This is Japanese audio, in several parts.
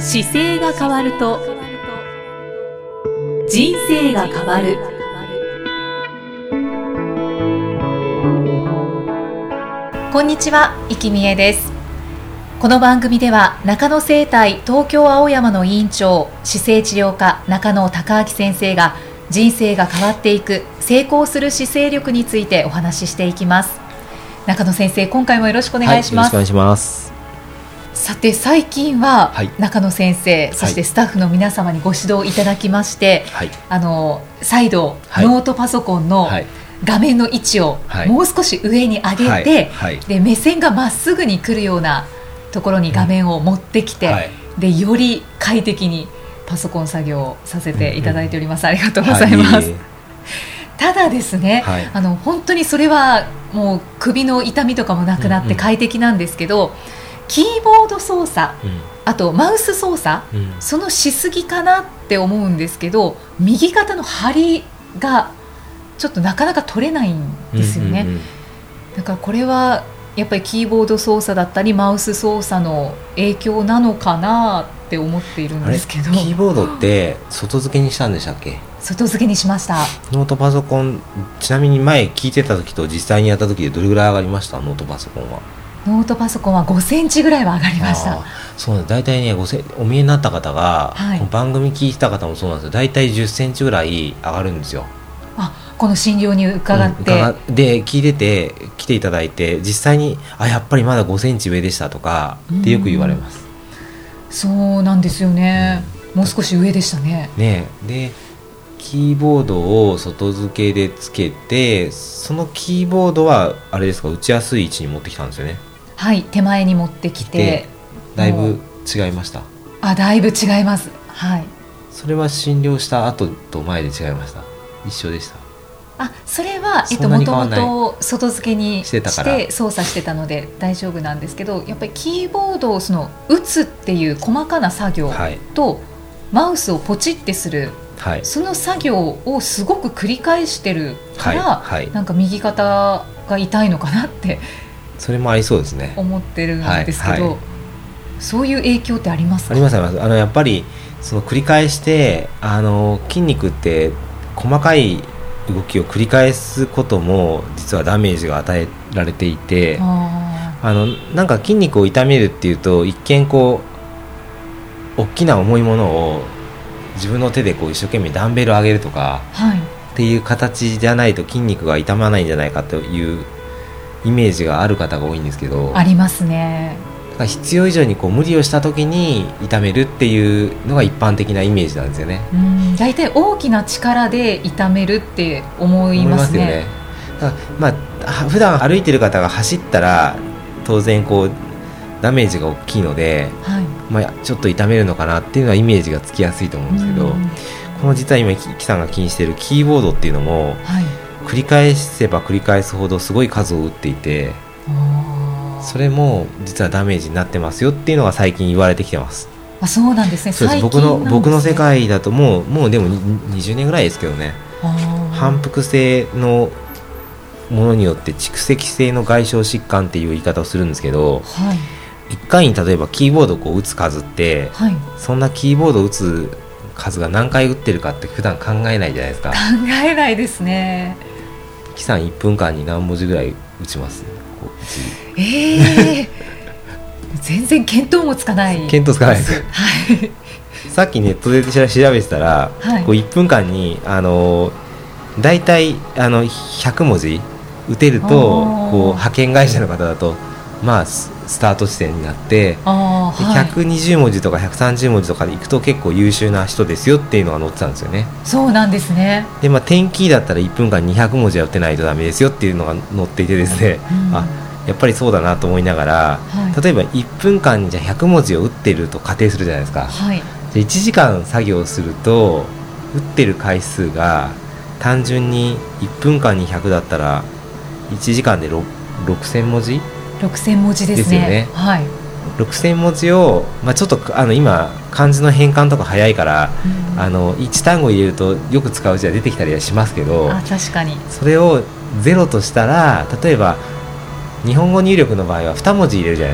姿勢が変わると人生が変わる。こんにちは、生きみえです。この番組では中野生態東京青山の院長、姿勢治療科中野孝明先生が人生が変わっていく、成功する姿勢力についてお話ししていきます。中野先生、今回もよろしくお願いします。 よろしくお願いします。 さて、最近は中野先生、そしてスタッフの皆様にご指導いただきまして、再度ノートパソコンの画面の位置をもう少し上に上げて、で目線がまっすぐに来るようなところに画面を持ってきて、でより快適にパソコン作業をさせていただいております。ありがとうございます。ただですね、本当にそれはもう首の痛みとかもなくなって快適なんですけど、キーボード操作、あとマウス操作、そのしすぎかなって思うんですけど、右肩の張りがちょっとなかなか取れないんですよね。だからこれはやっぱりキーボード操作だったりマウス操作の影響なのかなって思っているんですけど。 キーボードって外付けにしたんでしたっけ？ 外付けにしました。 ノートパソコン、ちなみに前聞いてた時と実際にやった時でどれぐらい上がりました？ノートパソコンは。 ノートパソコンは5センチぐらいは上がりました。 そうね、大体ねお見えになった方が、この番組聞いてた方もそうなんですよ。大体10センチぐらい上がるんですよ。 この診療に伺って、 で聞いてて来ていただいて、実際にやっぱりまだ5センチ上でしたとかってよく言われます。 そうなんですよね、もう少し上でしたね。 でキーボードを外付けでつけて、そのキーボードはあれですか、打ちやすい位置に持ってきたんですよね。 はい、手前に持ってきて。 だいぶ違いました？ だいぶ違います。 それは診療した後と前で違いました？一緒でした？ それはもともと外付けにして操作してたので大丈夫なんですけど、やっぱりキーボードを打つっていう細かな作業と、マウスをポチってする、その作業をすごく繰り返してるから、なんか右肩が痛いのかなってそれもありそうですね。 思ってるんですけど、そういう影響ってありますか？ あります。やっぱりその繰り返して筋肉って細かい動きを繰り返すことも実はダメージが与えられていて、なんか筋肉を痛めるっていうと、一見大きな重いものを自分の手で一生懸命ダンベル上げるとか、っていう形じゃないと筋肉が痛まないんじゃないかというイメージがある方が多いんですけど。 ありますね。 だから必要以上に無理をした時に痛めるっていうのが一般的なイメージなんですよね。 だいたい大きな力で痛めるって思いますね。 だから普段歩いてる方が走ったら当然ダメージが大きいので、ちょっと痛めるのかなっていうのはイメージがつきやすいと思うんですけど、この実は今木さんが気にしているキーボードっていうのも、繰り返せば繰り返すほどすごい数を打っていて、それも実はダメージになってますよっていうのが最近言われてきてます。 そうなんですね。 そうです。僕の世界だともうでも20年ぐらいですけどね、反復性のものによって蓄積性の外傷疾患っていう言い方をするんですけど、1回に例えばキーボードを打つ数って、そんなキーボードを打つ数が何回打ってるかって普段考えないじゃないですか。 考えないですね。 木さん1分間に何文字ぐらい打ちます？ 全然見当もつかない。 見当つかないです。さっきネットで調べてたら、1分間にだいたい100文字打てると派遣会社の方だとスタート地点になって、120文字とか130文字とかでいくと結構優秀な人ですよっていうのが載ってたんですよね。 そうなんですね。 で、点キーだったら1分間200文字は打てないとダメですよっていうのが載っていてですね、やっぱりそうだなと思いながら、例えば1分間にじゃ100文字を打ってると仮定するじゃないですか。じゃ1時間作業すると打ってる回数が単純に1分間に100だったら1時間で6000文字 6000文字ですね。 6000文字を、ちょっと今漢字の変換とか早いから、1単語入れるとよく使う字が出てきたりはしますけど、 確かにそれをゼロとしたら、例えば日本語入力の場合は2文字入れるじゃないですか。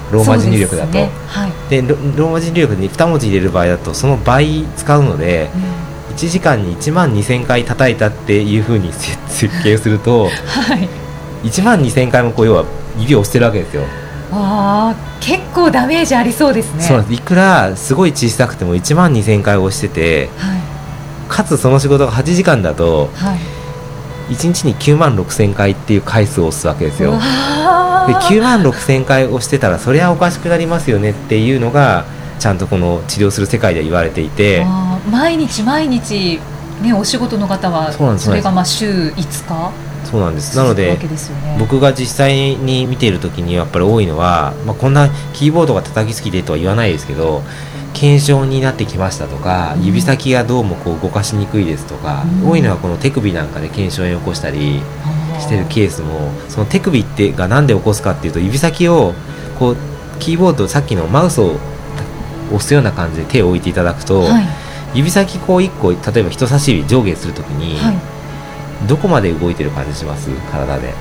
ローマ字入力だと。 ね、はい、 でローマ字入力に2文字入れる場合だとその倍使うので、1時間に1万2000回叩いたっていう風に設計すると、はい、1万2000回も要は指を押してるわけですよ。 結構ダメージありそうですね。 そうなんです。いくらすごい小さくても1万2000回押してて、はい、かつその仕事が8時間だと、はい、1日に9万6000回っていう回数を押すわけですよ。で9万6000回押してたらそりゃおかしくなりますよねっていうのがちゃんとこの治療する世界では言われていて、 毎日毎日、ね、お仕事の方はそれが週5日そうなんです。なので、僕が実際に見ている時にやっぱり多いのは、こんなキーボードが叩きすぎてとは言わないですけど、腱鞘になってきましたとか、指先がどうも動かしにくいですとか、多いのはこの手首なんかで腱鞘炎を起こしたりしてるケースも、その手首がなんで起こすかっていうと、指先をキーボード、さっきのマウスを押すような感じで手を置いていただくと、はい、指先1個、例えば人差し指上下するときに、はい、どこまで動いてる感じします？体で。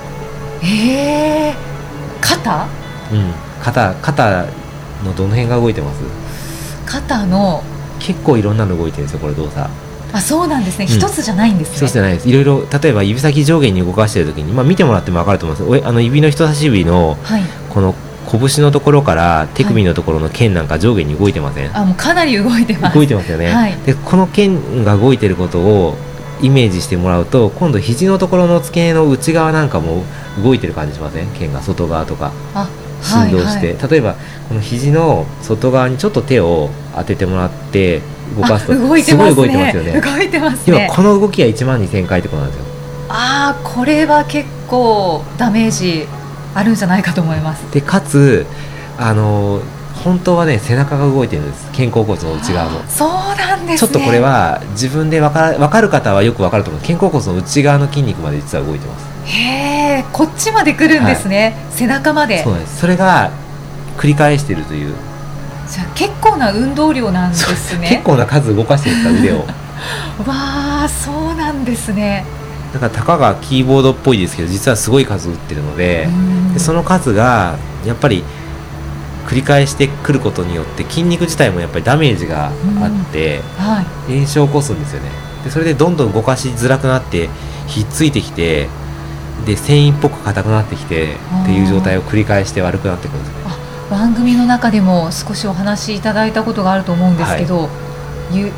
肩？ 肩のどの辺が動いてます？ 肩の結構いろんなの動いてるんですよ、これ動作。 そうなんですね。一つじゃないんですね。 一つじゃないです。いろいろ、例えば指先上下に動かしてるときに、見てもらっても分かると思います。指の人差し指の、はい、この拳のところから手首のところの腱なんか上下に動いてません？ もうかなり動いてます。 動いてますよね。はい、でこの腱が動いてることをイメージしてもらうと、今度肘のところの付け根の内側なんかも動いてる感じしません？腱が外側とか振動して、はいはい、例えばこの肘の外側にちょっと手を当ててもらって動かすとすごい動いてますよね。 動いてますね。 今この動きは1万2000回ってことなんですよ。 これは結構ダメージあるんじゃないかと思います。 でかつ本当はね、背中が動いてるんです。肩甲骨の内側の。 そうなんですね。 ちょっとこれは自分で分かる方はよく分かると思う。肩甲骨の内側の筋肉まで実は動いてます。 へー、こっちまで来るんですね、はい、背中まで。 そうなんです。それが繰り返しているという。 じゃあ結構な運動量なんですね。 結構な数動かしてるんですか、腕を。 わー、そうなんですね。 だからたかがキーボードっぽいですけど、実はすごい数打ってるので、その数がやっぱり繰り返してくることによって筋肉自体もやっぱりダメージがあって、はい、炎症を起こすんですよね。でそれでどんどん動かしづらくなってひっついてきて、で繊維っぽく硬くなってきてっていう状態を繰り返して悪くなってくるんですね。 番組の中でも少しお話しいただいたことがあると思うんですけど、はい、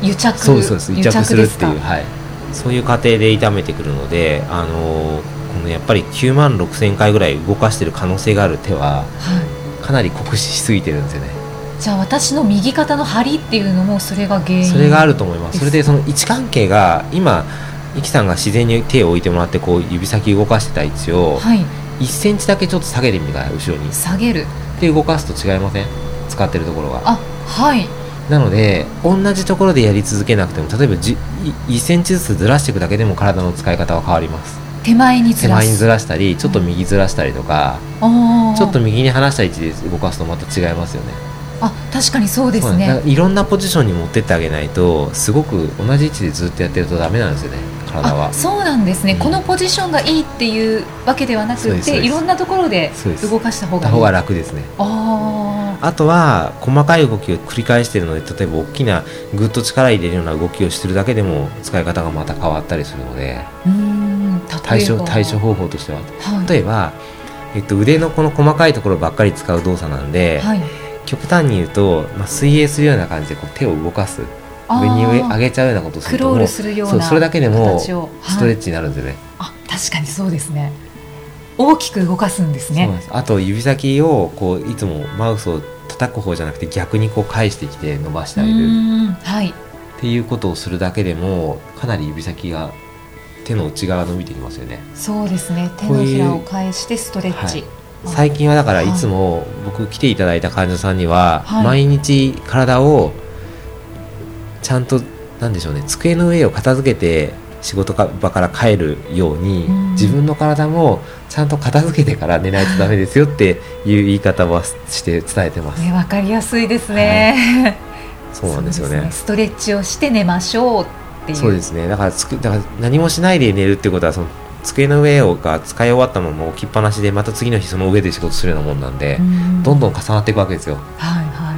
癒着そうです。癒着するっていう、はい、そういう過程で痛めてくるので、このやっぱり9万6000回ぐらい動かしてる可能性がある手は、かなり酷使しすぎてるんですよね。 じゃあ私の右肩の張りっていうのもそれが原因？ それがあると思います。それでその位置関係が今イキさんが自然に手を置いてもらって指先動かしてた位置を、はい、1センチだけちょっと下げてみてください。後ろに下げるで動かすと違いません？使ってるところが。 はい。 なので同じところでやり続けなくても、例えば1センチずつずらしていくだけでも体の使い方は変わります。 手前にずらしたり、ちょっと右ずらしたりとか、ちょっと右に離した位置で動かすとまた違いますよね。 確かにそうですね。 いろんなポジションに持ってってあげないと、すごく同じ位置でずっとやってるとダメなんですよね、体は。 そうなんですね、このポジションがいいっていうわけではなくて、いろんなところで動かした方が楽ですね。あとは細かい動きを繰り返しているので、例えば大きなグッと力入れるような動きをしてるだけでも使い方がまた変わったりするので、対処方法としては、例えば、腕のこの細かいところばっかり使う動作なんで、極端に言うと、水泳するような感じで手を動かす、上に上げちゃうようなことをすると、 クロールするような、 それだけでもストレッチになるんですよね。 確かにそうですね。大きく動かすんですね。 そうなんです。あと指先をいつもマウスを叩く方じゃなくて逆に返してきて伸ばしてあげる、っていうことをするだけでもかなり指先が手の内側が伸びてきますよね。 そうですね。手のひらを返してストレッチ。 最近はだからいつも僕来ていただいた患者さんには、毎日体をちゃんとなんでしょうね、机の上を片付けて仕事場から帰るように、自分の体もちゃんと片付けてから寝ないとダメですよっていう言い方はして伝えてます。 わかりやすいですね。 そうなんですよね。 ストレッチをして寝ましょうっていう。 そうですね。だから何もしないで寝るってことは机の上が使い終わったまま置きっぱなしでまた次の日その上で仕事するようなもんなんで、どんどん重なっていくわけですよ。 はいはい、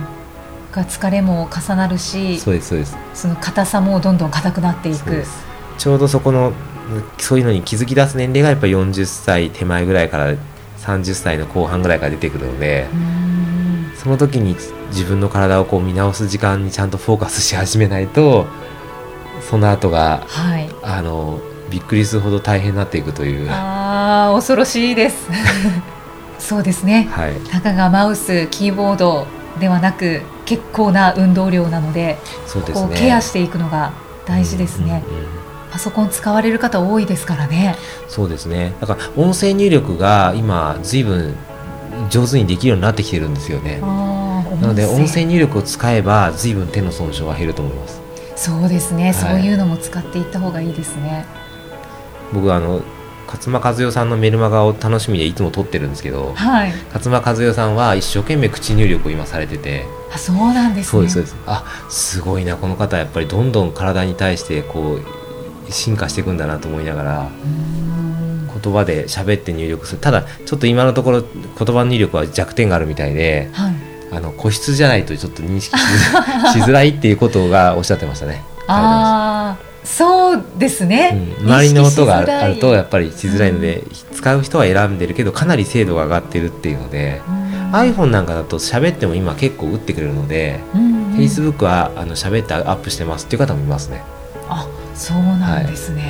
疲れも重なるし、 そうですそうです。 その硬さもどんどん硬くなっていく。 ちょうどそこのそういうのに気づき出す年齢がやっぱり40歳手前ぐらいから30歳の後半ぐらいから出てくるので、その時に自分の体をこう見直す時間にちゃんとフォーカスし始めないと、その後が、はい、びっくりするほど大変になっていくという。 恐ろしいですそうですね、はい、たかがマウスキーボードではなく結構な運動量なので、そうですね、こうケアしていくのが大事ですね。パソコン使われる方多いですからね。 そうですね。だから音声入力が今ずいぶん上手にできるようになってきてるんですよね。なので音声入力を使えばずいぶん手の損傷が減ると思います。 そうですね、はい、そういうのも使っていった方がいいですね。 僕勝間和代さんのメルマガを楽しみでいつも撮ってるんですけど、はい、勝間和代さんは一生懸命口入力を今されてて。 そうなんですね。 そうですそうです。すごいな、この方やっぱりどんどん体に対してこう進化していくんだなと思いながら、言葉で喋って入力する。ただちょっと今のところ言葉の入力は弱点があるみたいで、はい、個室じゃないとちょっと認識しづらいっていうことがおっしゃってましたね。 そうですね、 周りの音があるとやっぱりしづらいので、使う人は選んでるけどかなり精度が上がってるっていうので、iPhone なんかだと喋っても今結構打ってくれるので、Facebook は喋ってアップしてますっていう方もいますね。 そうなんですね、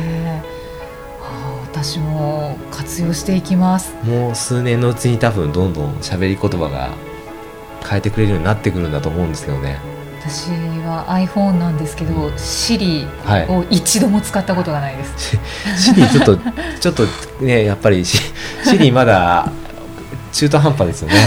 はい、私も活用していきます。 もう数年のうちに多分どんどん喋り言葉が変えてくれるようになってくるんだと思うんですけどね。 私は iPhone なんですけど、Siri を一度も使ったことがないです。 Siri ちょっとね、やっぱりSiri まだ中途半端ですよね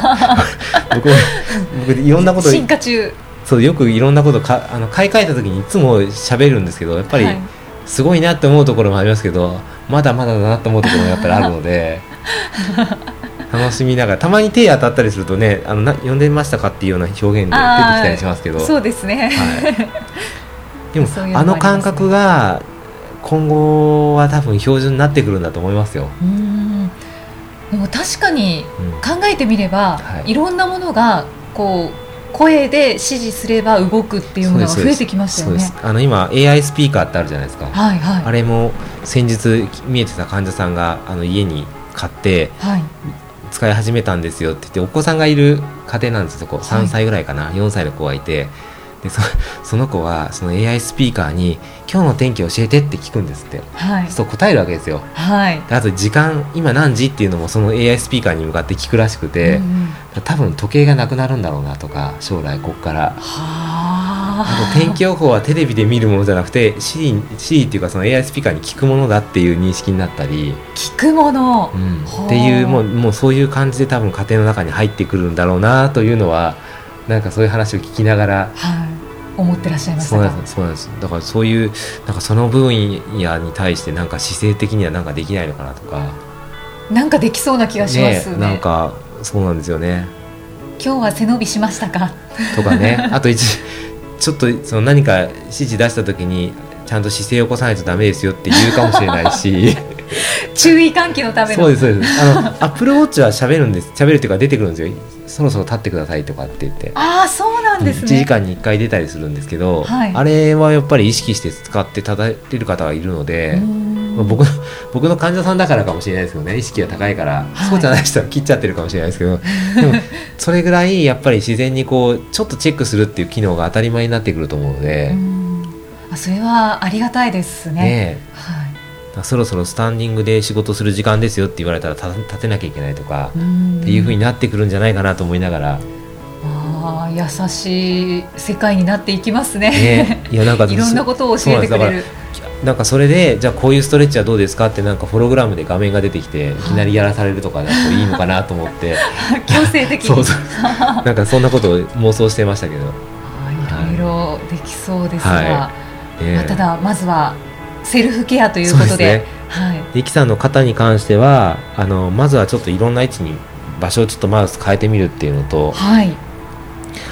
僕いろんなこと進化中。 そうよくいろんなこと買い替えた時にいつも喋るんですけど、やっぱりすごいなって思うところもありますけど、まだまだだなって思うところもやっぱりあるので楽しみながら、たまに手当たったりするとね、呼んでましたかっていうような表現で出てきたりしますけど。 そうですね、はい、 でも感覚が今後は多分標準になってくるんだと思いますよ。 でも確かに考えてみれば、いろんなものがこう声で指示すれば動くっていうものが増えてきましたよね。そうです。 今 AI スピーカーってあるじゃないですか、 はいはい、 あれも先日見えてた患者さんが家に買って、はい、使い始めたんですよって言って、お子さんがいる家庭なんですよ。3歳ぐらいかな、4歳の子がいて、でその子はその AI スピーカーに今日の天気教えてって聞くんですって、はい、そう答えるわけですよ、はい、あと時間今何時っていうのもその AI スピーカーに向かって聞くらしくて、多分時計がなくなるんだろうなとか、将来こっからあと天気予報はテレビで見るものじゃなくて Siri っていうかその AI スピーカーに聞くものだっていう認識になったり、 聞くもの、 っていうもうそういう感じで多分家庭の中に入ってくるんだろうなというのは、なんかそういう話を聞きながら、 思ってらっしゃいましたか。 そうなんです。だからそういうなんかその分野に対してなんか姿勢的にはなんかできないのかなとか、 なんかできそうな気がしますね。 なんかそうなんですよね。 今日は背伸びしましたかとかね。あとちょっとその何か指示出した時にちゃんと姿勢を起こさないとダメですよって言うかもしれないし注意喚起のための。 そうですそうです。Apple Watch は喋るっていうか出てくるんですよ。そろそろ立ってくださいとかって言って。 そうなんですね。 1時間に1回出たりするんですけど、はい、あれはやっぱり意識して使ってただいてる方がいるので、僕の患者さんだからかもしれないですけどね、意識が高いから、そうじゃない人は切っちゃってるかもしれないですけど、でもそれぐらいやっぱり自然にこうちょっとチェックするっていう機能が当たり前になってくると思うので、 それはありがたいですね。 そろそろスタンディングで仕事する時間ですよって言われたら立てなきゃいけないとかっていう風になってくるんじゃないかなと思いながら、 優しい世界になっていきますね。いろんなことを教えてくれる。 なんかそれでじゃあこういうストレッチはどうですかってなんかホログラムで画面が出てきていきなりやらされるとかだといいのかなと思って強制的になんかそんなことを妄想してましたけど、 いろいろできそうですが、ただまずはセルフケアということで、 イキさんの肩に関してはまずはちょっといろんな位置に場所をちょっとマウス変えてみるっていうのと、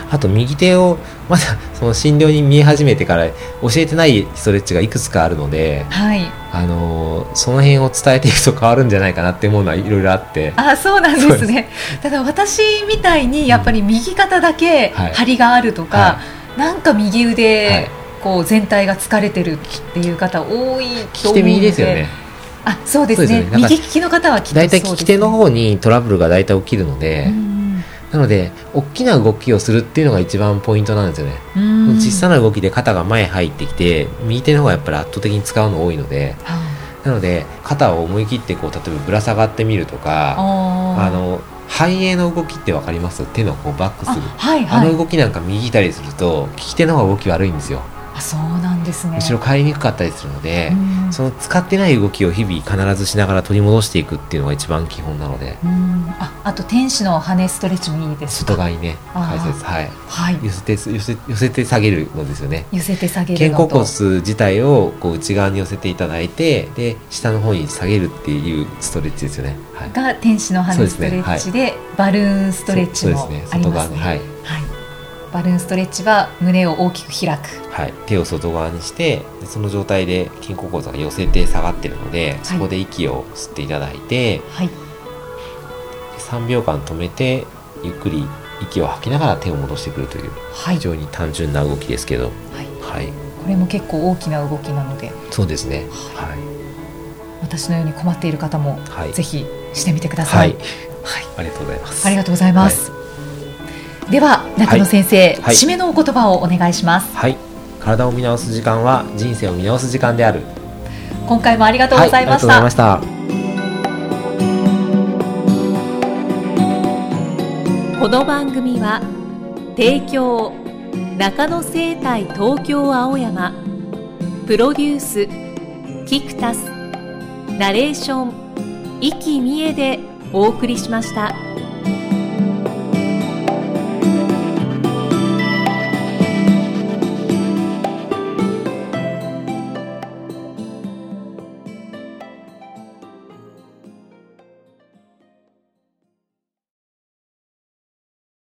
あと右手をまだその診療に見え始めてから教えてないストレッチがいくつかあるので、 はい、 その辺を伝えていくと変わるんじゃないかなって思うのはいろいろあって。 そうなんですね。ただ私みたいにやっぱり右肩だけ張りがあるとか、はい、なんか右腕、はい、こう全体が疲れてるっていう方多いと思うので。利き手右ですよね。 そうですね。右利きの方はきっとそうですね。 だいたい利き手の方にトラブルがだいたい起きるので、なので大きな動きをするっていうのが一番ポイントなんですよね。小さな動きで肩が前入ってきて右手の方がやっぱり圧倒的に使うの多いので、なので肩を思い切ってこう例えばぶら下がってみるとか、背泳の動きって分かります？手のこうバックする、はいはい、動きなんか右いたりすると利き手の方が動き悪いんですよ。 そうなんですね。 後ろ返りにくかったりするので、その使ってない動きを日々必ずしながら取り戻していくっていうのが一番基本なので。 あと天使の羽ストレッチもいいですか？ 外側にね、解説、はいはい、寄せて下げるのですよね。 寄せて下げるのと肩甲骨自体をこう内側に寄せていただいて、で下の方に下げるっていうストレッチですよね、はい、 が天使の羽ストレッチ で、はい、バルーンストレッチもありますね。 外側に、はい、 バルーンストレッチは胸を大きく開く、 はい、手を外側にしてその状態で肩甲骨が寄せて下がっているので、はい、そこで息を吸っていただいて、はい、3秒間止めてゆっくり息を吐きながら手を戻してくるという、はい、非常に単純な動きですけど、はいはい、これも結構大きな動きなので。 そうですね、はい、 私のように困っている方も、はい、ぜひしてみてください、 はいはい、ありがとうございます。 ありがとうございます、はい、では中野先生、はい、締めのお言葉をお願いします。 はい、体を見直す時間は人生を見直す時間である。 今回もありがとうございました。 はい、ありがとうございました。 この番組は提供中野生態東京青山、プロデュースキクタス、ナレーション生きみえでお送りしました。